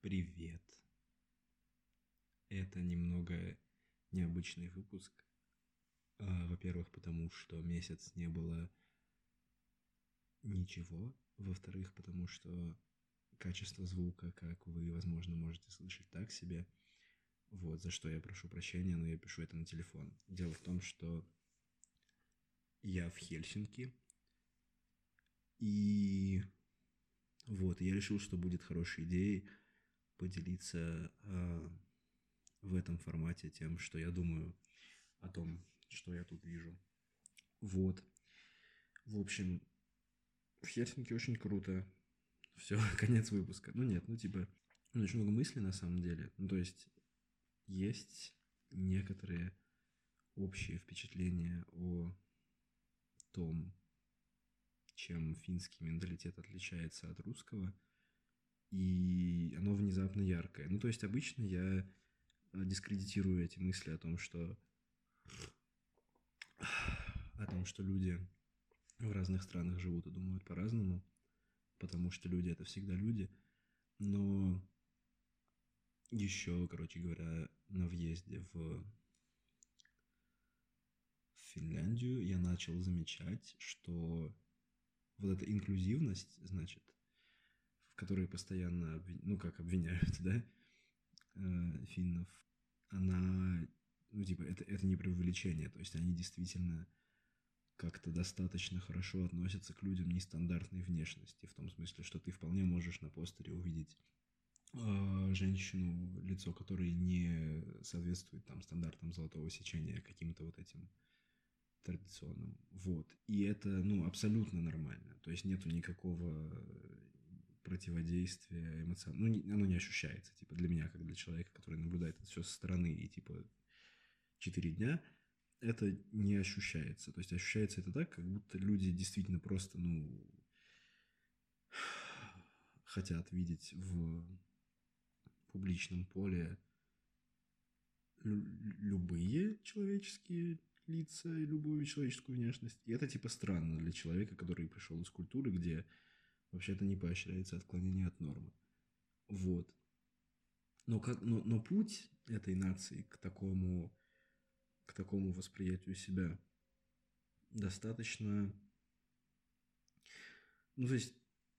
Привет. Это немного необычный выпуск. Во-первых, потому что месяц не было ничего. Во-вторых, потому что качество звука, как вы, возможно, можете слышать, так себе. Вот, за что я прошу прощения, но я пишу это на телефон. Дело в том, что я в Хельсинки, и вот, я решил, что будет хорошей идеей поделиться в этом формате тем, что я думаю о том, что я тут вижу. Вот. В общем, в Хельсинки очень круто. Все, конец выпуска. Ну нет, очень много мыслей на самом деле. Ну, то есть некоторые общие впечатления о том, чем финский менталитет отличается от русского, и оно внезапно яркое. Ну, то есть обычно я дискредитирую эти мысли о том, что люди в разных странах живут и думают по-разному, потому что люди — это всегда люди. Но еще, короче говоря, на въезде в Финляндию я начал замечать, что вот эта инклюзивность, значит, в которой постоянно обвиняют, да, финнов, она, это не преувеличение, то есть они действительно как-то достаточно хорошо относятся к людям нестандартной внешности, в том смысле, что ты вполне можешь на постере увидеть женщину, лицо которой не соответствует там стандартам золотого сечения, каким-то вот этим традиционным. Вот. И это, абсолютно нормально. То есть нету никакого противодействия эмоционального. Оно не ощущается. Типа для меня, как для человека, который наблюдает это все со стороны и 4 дня, это не ощущается. То есть ощущается это так, как будто люди действительно просто, хотят видеть в публичном поле любые человеческие лица и любую человеческую внешность. И это странно для человека, который пришел из культуры, где вообще-то не поощряется отклонение от нормы. Вот. Но путь этой нации к такому восприятию себя достаточно... то есть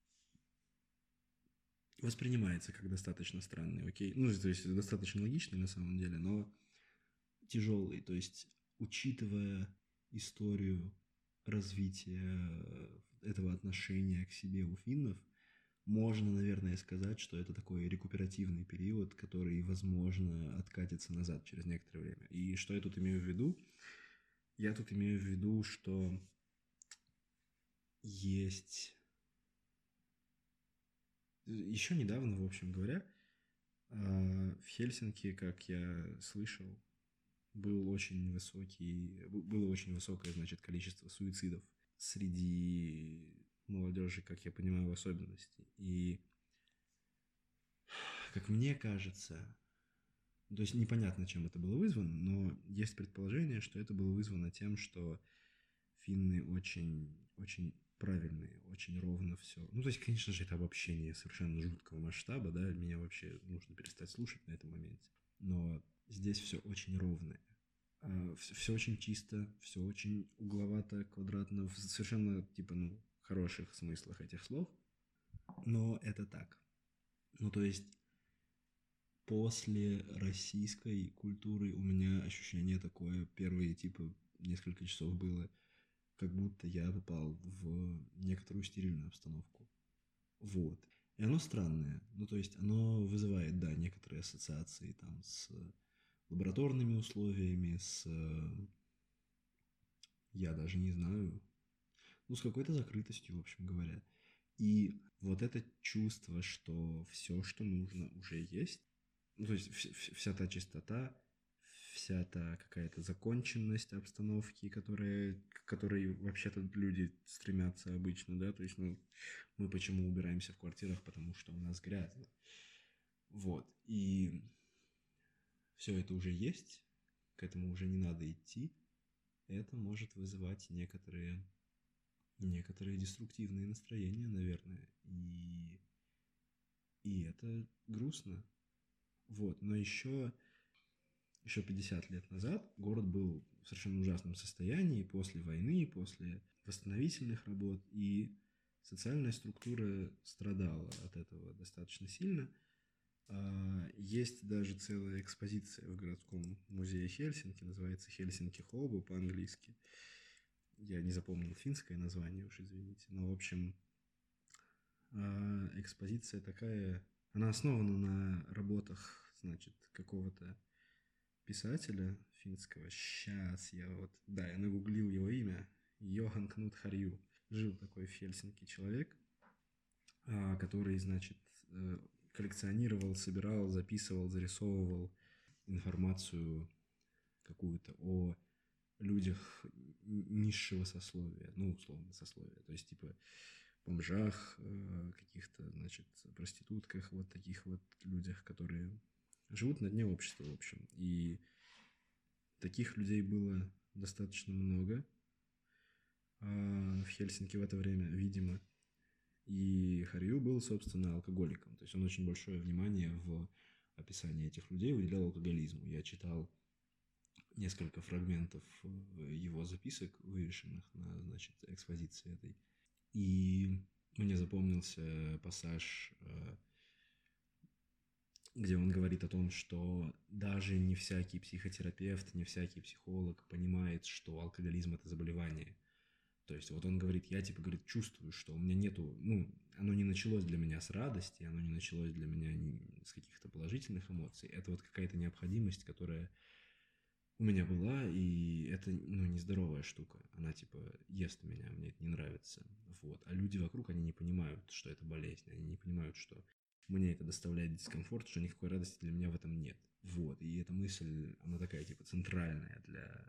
воспринимается как достаточно странный, окей? То есть достаточно логичный на самом деле, но тяжелый. То есть, учитывая историю развития этого отношения к себе у финнов, можно, наверное, сказать, что это такой рекуперативный период, который, возможно, откатится назад через некоторое время. И что я тут имею в виду? Я тут имею в виду, что есть... Еще недавно, в общем говоря, в Хельсинки, как я слышал, было очень высокое, значит, количество суицидов среди молодежи, как я понимаю, в особенности. И, как мне кажется, то есть непонятно, чем это было вызвано, но есть предположение, что это было вызвано тем, что финны очень, очень правильные, очень ровно все. То есть, конечно же, это обобщение совершенно жуткого масштаба, да, меня вообще нужно перестать слушать на этом моменте. Но здесь все очень ровное. Все очень чисто, все очень угловато, квадратно, в совершенно, хороших смыслах этих слов. Но это так. То есть, после российской культуры у меня ощущение такое, первые, несколько часов было, как будто я попал в некоторую стерильную обстановку. Вот. И оно странное. То есть, оно вызывает, да, некоторые ассоциации там с лабораторными условиями, я даже не знаю, с какой-то закрытостью, в общем говоря. И вот это чувство, что все, что нужно, уже есть, то есть вся та чистота, вся та какая-то законченность обстановки, к которой вообще-то люди стремятся обычно, да, то есть, мы почему убираемся в квартирах, потому что у нас грязно. Вот, и все это уже есть, к этому уже не надо идти, это может вызывать некоторые деструктивные настроения, наверное. И И это грустно. Вот. Но еще 50 лет назад город был в совершенно ужасном состоянии после войны, после восстановительных работ, и социальная структура страдала от этого достаточно сильно. Есть даже целая экспозиция в городском музее Хельсинки, называется «Хельсинки Хобу» по-английски. Я не запомнил финское название, уж извините. Но, в общем, экспозиция такая, она основана на работах, значит, какого-то писателя финского. Сейчас я я нагуглил его имя. Йохан Кнут Харью. Жил такой в Хельсинки человек, который, значит, коллекционировал, собирал, записывал, зарисовывал информацию какую-то о людях низшего сословия, ну, условно, сословия, то есть, типа, бомжах, каких-то, значит, проститутках, вот таких вот людях, которые живут на дне общества, в общем. И таких людей было достаточно много в Хельсинки в это время, видимо. И Харью был, собственно, алкоголиком. То есть он очень большое внимание в описании этих людей уделял алкоголизму. Я читал несколько фрагментов его записок, вывешенных на, значит, экспозиции этой. И мне запомнился пассаж, где он говорит о том, что даже не всякий психотерапевт, не всякий психолог понимает, что алкоголизм – это заболевание. То есть вот он говорит, я типа, говорит, чувствую, что у меня нету, ну, оно не началось для меня с радости, оно не началось для меня с каких-то положительных эмоций. Это вот какая-то необходимость, которая у меня была, и это, ну, нездоровая штука. Она, типа, ест меня, мне это не нравится. Вот. А люди вокруг, они не понимают, что это болезнь. Они не понимают, что мне это доставляет дискомфорт, что никакой радости для меня в этом нет. Вот. И эта мысль, она такая, типа, центральная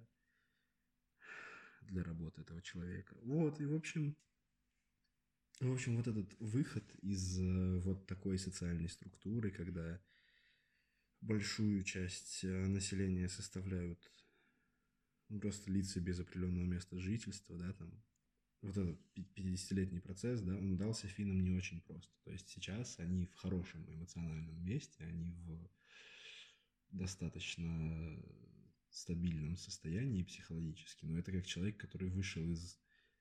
для работы этого человека. Вот. И, в общем, вот этот выход из вот такой социальной структуры, когда большую часть населения составляют просто лица без определенного места жительства, да, там, вот этот 50-летний процесс, да, он дался финнам не очень просто. То есть сейчас они в хорошем эмоциональном месте, они в достаточно стабильном состоянии психологически, но это как человек, который вышел из,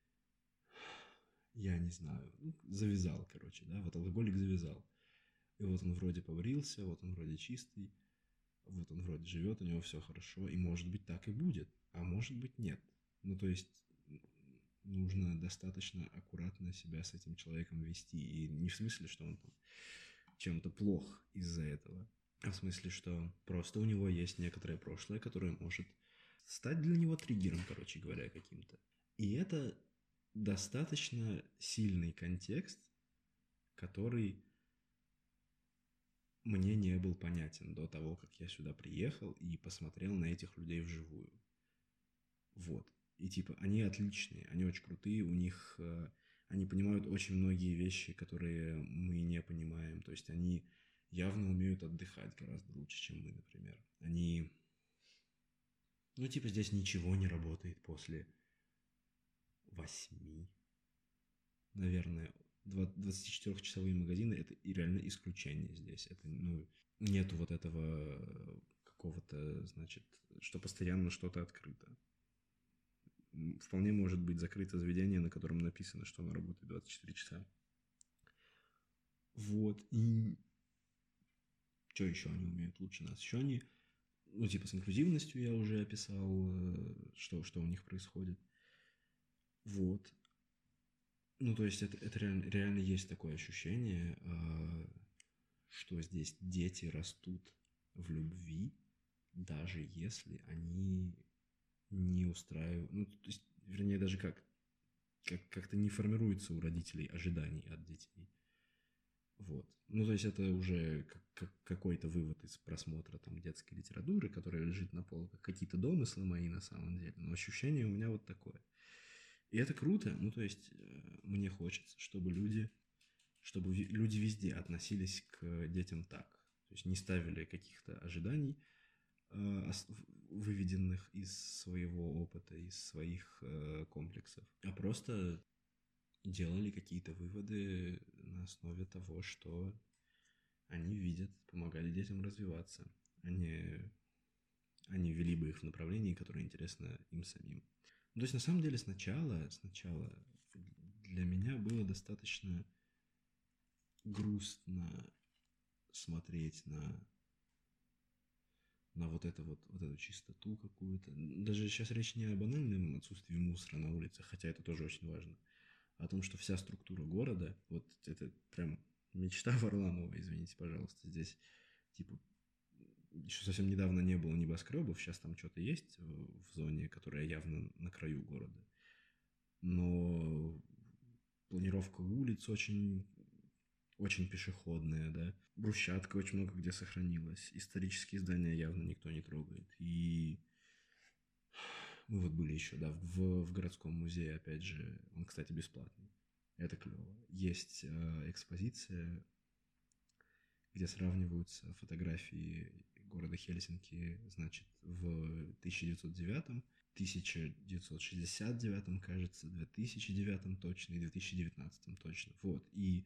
я не знаю, ну, завязал, короче, да, вот алкоголик завязал. И вот он вроде побрился, вот он вроде чистый, вот он вроде живет, у него все хорошо, и может быть так и будет, а может быть нет. Ну, то есть нужно достаточно аккуратно себя с этим человеком вести. И не в смысле, что он там чем-то плох из-за этого, а в смысле, что просто у него есть некоторое прошлое, которое может стать для него триггером, короче говоря, каким-то. И это достаточно сильный контекст, который мне не был понятен до того, как я сюда приехал и посмотрел на этих людей вживую. Вот. И типа они отличные, они очень крутые, у них они понимают очень многие вещи, которые мы не понимаем. То есть они явно умеют отдыхать гораздо лучше, чем мы, например. Они, ну типа здесь ничего не работает после 8, наверное. 24-часовые магазины – это и реально исключение здесь. Это, ну, нету вот этого какого-то, значит, что постоянно что-то открыто. Вполне может быть закрыто заведение, на котором написано, что оно работает 24 часа. Вот. И что еще они умеют лучше нас? Еще они, ну, типа с инклюзивностью я уже описал, что у них происходит. Вот. Ну, то есть это реально есть такое ощущение, что здесь дети растут в любви, даже если они не устраивают, ну, то есть, вернее, даже как-то не формируется у родителей ожиданий от детей. Вот. Ну, то есть это уже как какой-то вывод из просмотра там детской литературы, которая лежит на полках, какие-то домыслы мои на самом деле, но ощущение у меня вот такое. И это круто, ну, то есть мне хочется, чтобы люди везде относились к детям так. То есть не ставили каких-то ожиданий, выведенных из своего опыта, из своих комплексов, а просто делали какие-то выводы на основе того, что они видят, помогали детям развиваться, они вели бы их в направлении, которое интересно им самим. То есть, на самом деле, сначала для меня было достаточно грустно смотреть на вот эту чистоту какую-то. Даже сейчас речь не о банальном отсутствии мусора на улицах, хотя это тоже очень важно, а о том, что вся структура города, вот это прям мечта Варламова, извините, пожалуйста, здесь типа еще совсем недавно не было небоскребов, сейчас там что-то есть в зоне, которая явно на краю города, но планировка улиц очень пешеходная, да. Брусчатка очень много где сохранилась. Исторические здания явно никто не трогает. И мы вот были еще, да, в городском музее, опять же, он, кстати, бесплатный. Это клево. Есть экспозиция, где сравниваются фотографии города Хельсинки, значит, в 1909, 1969, кажется, 2009 точно и 2019 точно. Вот.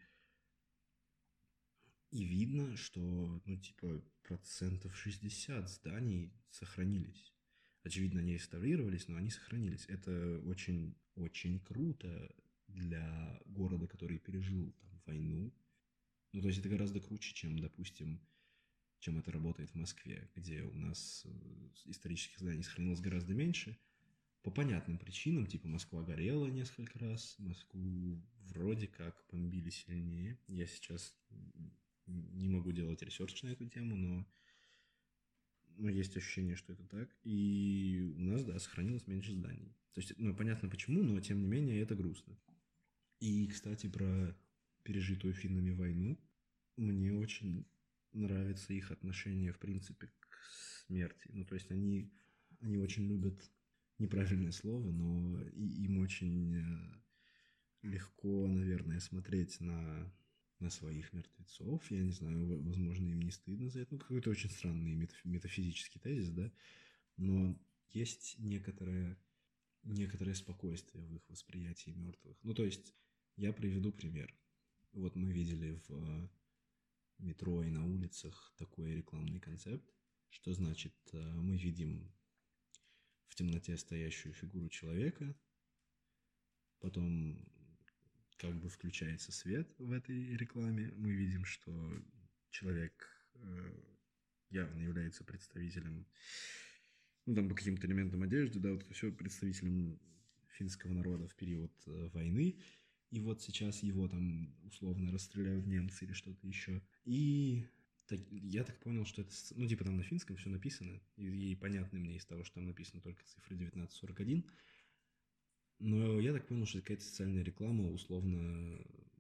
И видно, что, ну, типа, 60% зданий сохранились. Очевидно, они реставрировались, но они сохранились. Это очень круто для города, который пережил там войну. Ну, то есть это гораздо круче, чем, допустим, чем это работает в Москве, где у нас исторических зданий сохранилось гораздо меньше. По понятным причинам, типа Москва горела несколько раз, Москву вроде как бомбили сильнее. Я сейчас не могу делать ресерч на эту тему, но есть ощущение, что это так. И у нас, да, сохранилось меньше зданий. То есть, ну, понятно почему, но тем не менее это грустно. И, кстати, про пережитую финнами войну. Мне очень нравится их отношение, в принципе, к смерти. Ну, то есть они очень любят неправильное слово, но им очень легко, наверное, смотреть на своих мертвецов. Я не знаю, возможно, им не стыдно за это. Ну, какой-то очень странный метафизический тезис, да. Но есть некоторое спокойствие в их восприятии мертвых. Ну, то есть, я приведу пример. Вот мы видели в метро и на улицах такой рекламный концепт, что значит, мы видим в темноте стоящую фигуру человека, потом как бы включается свет в этой рекламе, мы видим, что человек явно является представителем, ну, там, по каким-то элементам одежды, да, вот это все представителем финского народа в период войны, и вот сейчас его там условно расстреляют немцы или что-то еще. И я так понял, что это, ну, типа там на финском все написано, и понятно мне из того, что там написано только цифра 1941, но я так понял, что это какая-то социальная реклама, условно,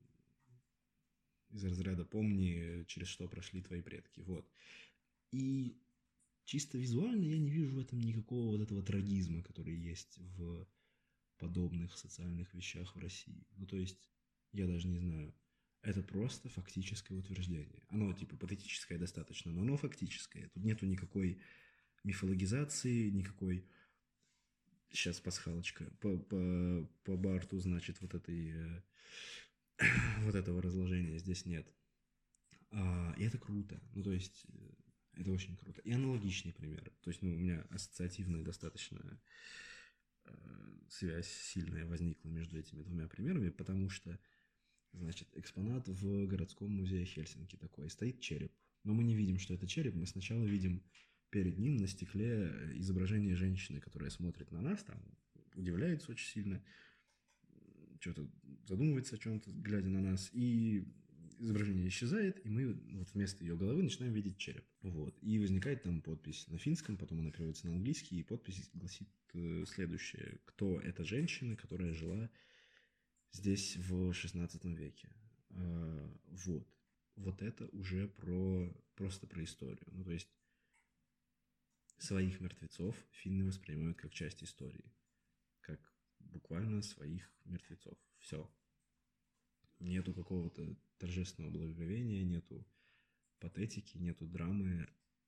из разряда «помни, через что прошли твои предки». Вот. И чисто визуально я не вижу в этом никакого вот этого трагизма, который есть в подобных социальных вещах в России. Ну, то есть, я даже не знаю, это просто фактическое утверждение. Оно, типа, патетическое достаточно, но оно фактическое. Тут нету никакой мифологизации, никакой... Сейчас пасхалочка. По Барту, значит, вот этого разложения здесь нет. И это круто. Ну, то есть, это очень круто. И аналогичный пример. То есть, ну, у меня ассоциативная достаточно связь сильная возникла между этими двумя примерами, потому что, значит, экспонат в городском музее Хельсинки такой. Стоит череп. Но мы не видим, что это череп. Мы сначала видим перед ним на стекле изображение женщины, которая смотрит на нас, там, удивляется очень сильно, что-то задумывается о чем-то, глядя на нас, и изображение исчезает, и мы вот вместо ее головы начинаем видеть череп. Вот. И возникает там подпись на финском, потом она переводится на английский, и подпись гласит следующее. Кто эта женщина, которая жила здесь в 16 веке? Вот. Вот это уже просто про историю. Ну, то есть своих мертвецов финны воспринимают как часть истории. Как буквально своих мертвецов. Все. Нету какого-то торжественного благоговения, нету патетики, нету драмы,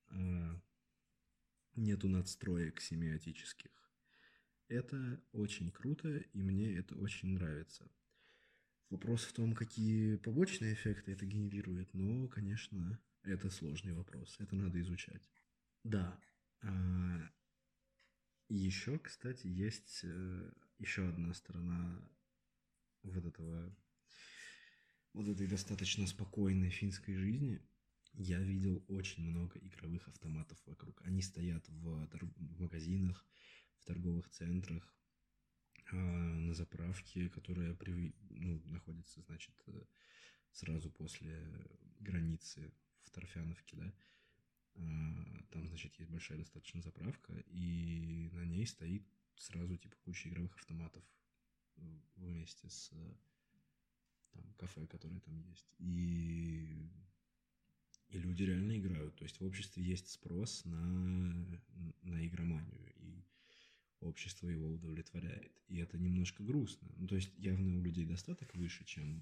нету надстроек семиотических. Это очень круто, и мне это очень нравится. Вопрос в том, какие побочные эффекты это генерирует, но, конечно, это сложный вопрос, это надо изучать. Да, еще, кстати, есть еще одна сторона вот этого, вот этой достаточно спокойной финской жизни. Я видел очень много игровых автоматов вокруг. Они стоят в магазинах, в торговых центрах, на заправке, которая находится, значит, сразу после границы в Торфяновке, да. Там, значит, есть большая достаточно заправка, и на ней стоит сразу, типа, куча игровых автоматов вместе с там, кафе, которые там есть. И люди реально играют. То есть в обществе есть спрос на игроманию, и общество его удовлетворяет. И это немножко грустно. Ну, то есть явно у людей достаток выше,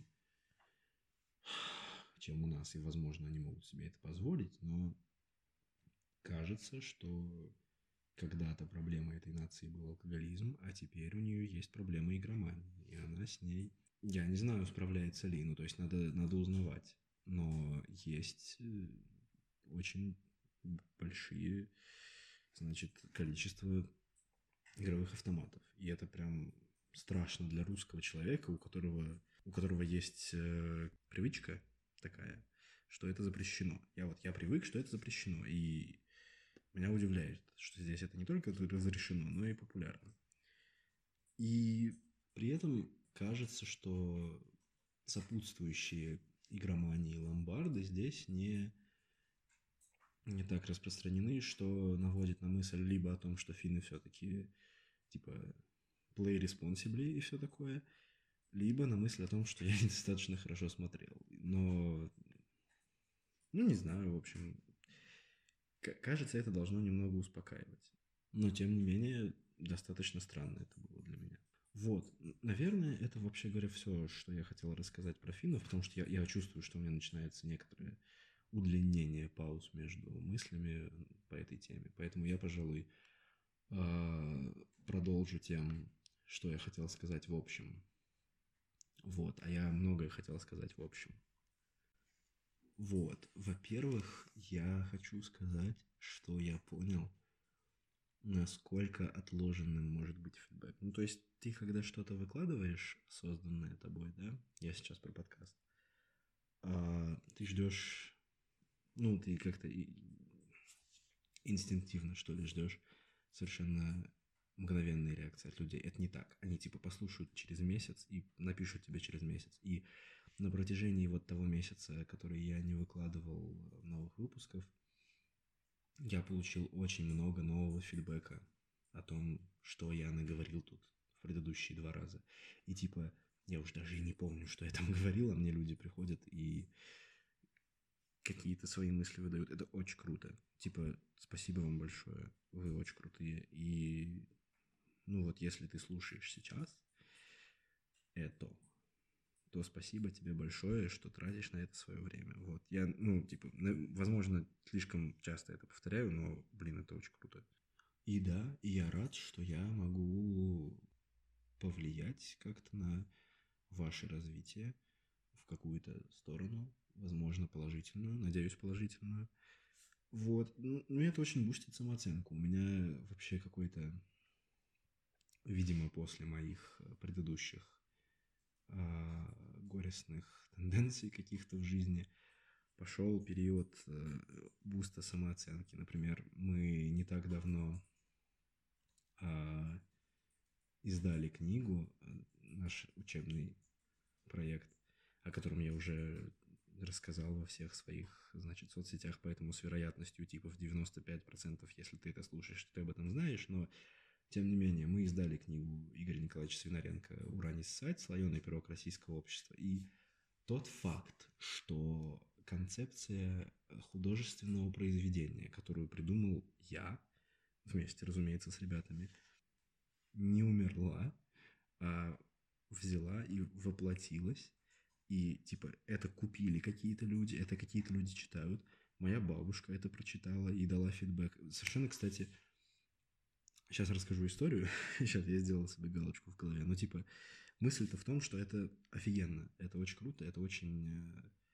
чем у нас, и, возможно, они могут себе это позволить, но кажется, что когда-то проблема этой нации был алкоголизм, а теперь у нее есть проблема игромании, и она с ней... Я не знаю, справляется ли, ну, то есть надо узнавать. Но есть очень большие, значит, количество игровых автоматов. И это прям страшно для русского человека, у которого есть привычка такая, что это запрещено. Я привык, что это запрещено. И меня удивляет, что здесь это не только разрешено, но и популярно. И при этом кажется, что сопутствующие игромании ломбарды здесь не так распространены, что наводит на мысль либо о том, что финны все-таки типа play responsibly и все такое, либо на мысль о том, что я недостаточно хорошо смотрел. Но, ну, не знаю, в общем, кажется, это должно немного успокаивать. Но, тем не менее, достаточно странно это было для меня. Вот, наверное, это, вообще говоря, все, что я хотел рассказать про финнов, потому что я чувствую, что у меня начинается некоторое удлинение пауз между мыслями по этой теме. Поэтому я, пожалуй, продолжу тем, что я хотел сказать в общем. Вот, а я многое хотел сказать в общем. Вот, во-первых, я хочу сказать, что я понял, насколько отложенным может быть фидбэк. Ну, то есть ты, когда что-то выкладываешь, созданное тобой, да, я сейчас про подкаст, ты ждешь, ну, ты как-то инстинктивно, что ли, ждешь совершенно мгновенные реакции от людей. Это не так. Они типа послушают через месяц и напишут тебе через месяц. И на протяжении вот того месяца, который я не выкладывал новых выпусков, я получил очень много нового фидбэка о том, что я наговорил тут в предыдущие 2 раза. И типа, я уже даже и не помню, что я там говорил, а мне люди приходят и какие-то свои мысли выдают. Это очень круто. Типа, спасибо вам большое, вы очень крутые. И, ну вот, если ты слушаешь сейчас это, то спасибо тебе большое, что тратишь на это свое время. Вот, я, ну, типа, возможно, слишком часто это повторяю, но, блин, это очень круто. И да, и я рад, что я могу повлиять как-то на ваше развитие в какую-то сторону, возможно, положительную, надеюсь, положительную. Вот, ну это очень бустит самооценку. У меня вообще какой-то, видимо, после моих предыдущих горестных тенденций каких-то в жизни пошел период буста самооценки. Например, мы не так давно издали книгу, наш учебный проект, о котором я уже рассказал во всех своих, значит, соцсетях, поэтому с вероятностью типа в 95%, если ты это слушаешь, ты об этом знаешь, но тем не менее, мы издали книгу Игоря Николаевича Свинаренко «Ура, не ссать. Слоеный пирог российского общества». И тот факт, что концепция художественного произведения, которую придумал я, вместе, разумеется, с ребятами, не умерла, а взяла и воплотилась. И, типа, это купили какие-то люди, это какие-то люди читают. Моя бабушка это прочитала и дала фидбэк. Совершенно, кстати, сейчас расскажу историю. Сейчас я сделал себе галочку в голове. Ну, типа, мысль-то в том, что это офигенно, это очень круто, это очень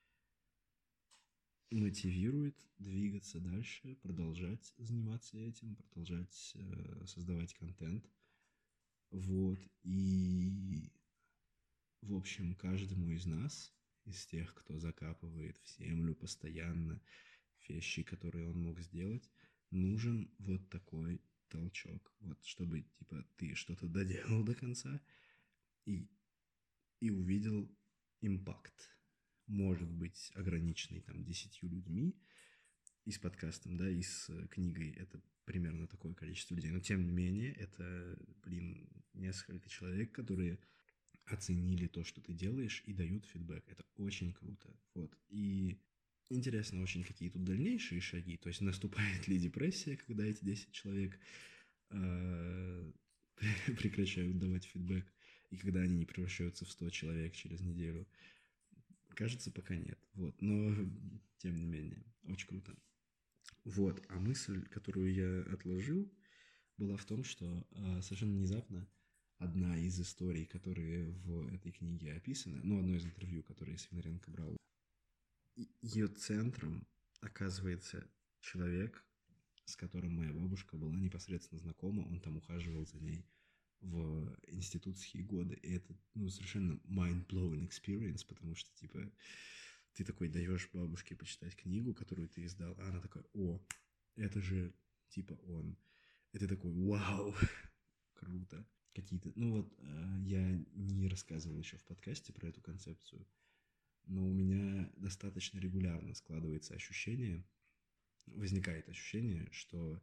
мотивирует двигаться дальше, продолжать заниматься этим, продолжать создавать контент. Вот. И, в общем, каждому из нас, из тех, кто закапывает в землю постоянно вещи, которые он мог сделать, нужен вот такой толчок. Вот чтобы, типа, ты что-то доделал до конца и, и увидел импакт. Может быть, ограниченный там 10 людьми, и с подкастом, да, и с книгой это примерно такое количество людей. Но тем не менее, это, блин, несколько человек, которые оценили то, что ты делаешь, и дают фидбэк. Это очень круто. Вот. И интересно очень, какие тут дальнейшие шаги. То есть наступает ли депрессия, когда эти 10 человек э, прекращают давать фидбэк, и когда они не превращаются в 100 человек через неделю. Кажется, пока нет. Вот. Но, тем не менее, очень круто. Вот, а мысль, которую я отложил, была в том, что совершенно внезапно одна из историй, которые в этой книге описаны, ну, одно из интервью, которое Свинаренко брал, ее центром оказывается человек, с которым моя бабушка была непосредственно знакома, он там ухаживал за ней в институтские годы, и это, ну, совершенно mind-blowing experience, потому что, типа, ты такой даешь бабушке почитать книгу, которую ты издал, а она такая: о, это же, типа, он. И ты такой: вау, круто. Какие-то, ну вот, я не рассказывал еще в подкасте про эту концепцию, но у меня достаточно регулярно складывается ощущение, возникает ощущение, что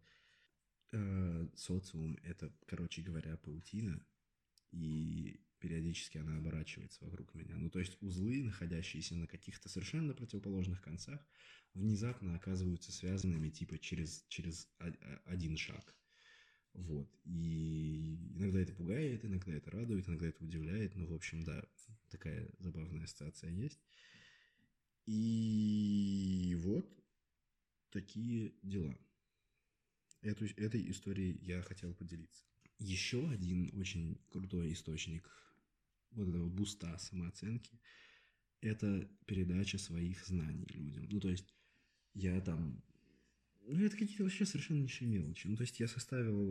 социум — это, короче говоря, паутина, и периодически она оборачивается вокруг меня. Ну, то есть узлы, находящиеся на каких-то совершенно противоположных концах, внезапно оказываются связанными типа через один шаг. Вот. И иногда это пугает, иногда это радует, иногда это удивляет. Ну, в общем, да, такая забавная ситуация есть. И вот такие дела. Этой историей я хотел поделиться. Еще один очень крутой источник вот этого буста самооценки — это передача своих знаний людям. Ну, то есть я там... Ну, это какие-то вообще совершеннейшие мелочи. Ну, то есть я составил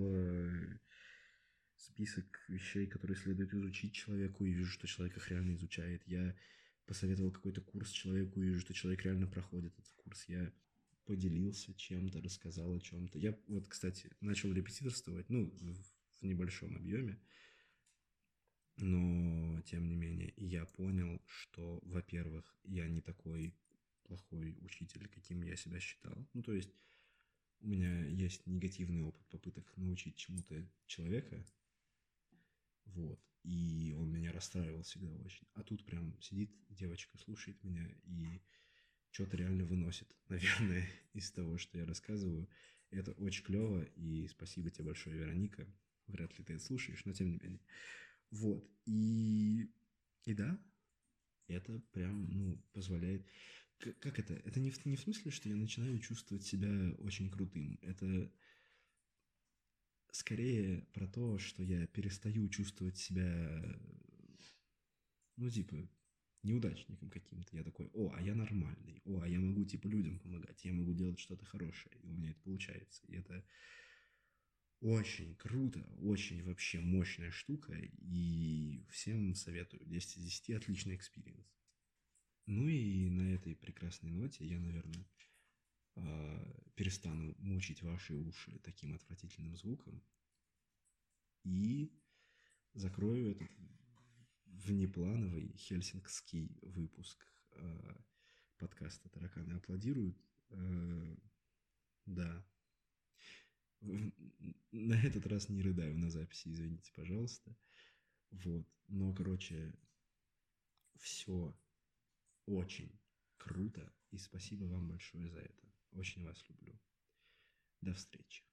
список вещей, которые следует изучить человеку, и вижу, что человек их реально изучает. Я посоветовал какой-то курс человеку, и вижу, что человек реально проходит этот курс. Я поделился чем-то, рассказал о чем-то. Я вот, кстати, начал репетиторствовать, ну, в небольшом объеме, но, тем не менее, я понял, что, во-первых, я не такой плохой учитель, каким я себя считал. Ну, то есть у меня есть негативный опыт попыток научить чему-то человека, вот, и он меня расстраивал всегда очень. А тут прям сидит девочка, слушает меня и что-то реально выносит, наверное, из того, что я рассказываю. Это очень клево, и спасибо тебе большое, Вероника. Вряд ли ты это слушаешь, но тем не менее. Вот, и да, это прям, ну, позволяет... Как это? Это не в смысле, что я начинаю чувствовать себя очень крутым. Это скорее про то, что я перестаю чувствовать себя, ну, типа, неудачником каким-то. Я такой: о, а я нормальный, о, а я могу, типа, людям помогать, я могу делать что-то хорошее, и у меня это получается. И это очень круто, очень вообще мощная штука, и всем советую. 10 из 10 отличный экспириенс. Ну и на этой прекрасной ноте я, наверное, перестану мучить ваши уши таким отвратительным звуком и закрою этот внеплановый хельсинкский выпуск подкаста «Тараканы аплодируют». Да. На этот раз не рыдаю на записи, извините, пожалуйста. Вот. Но, короче, все очень круто. И спасибо вам большое за это. Очень вас люблю. До встречи.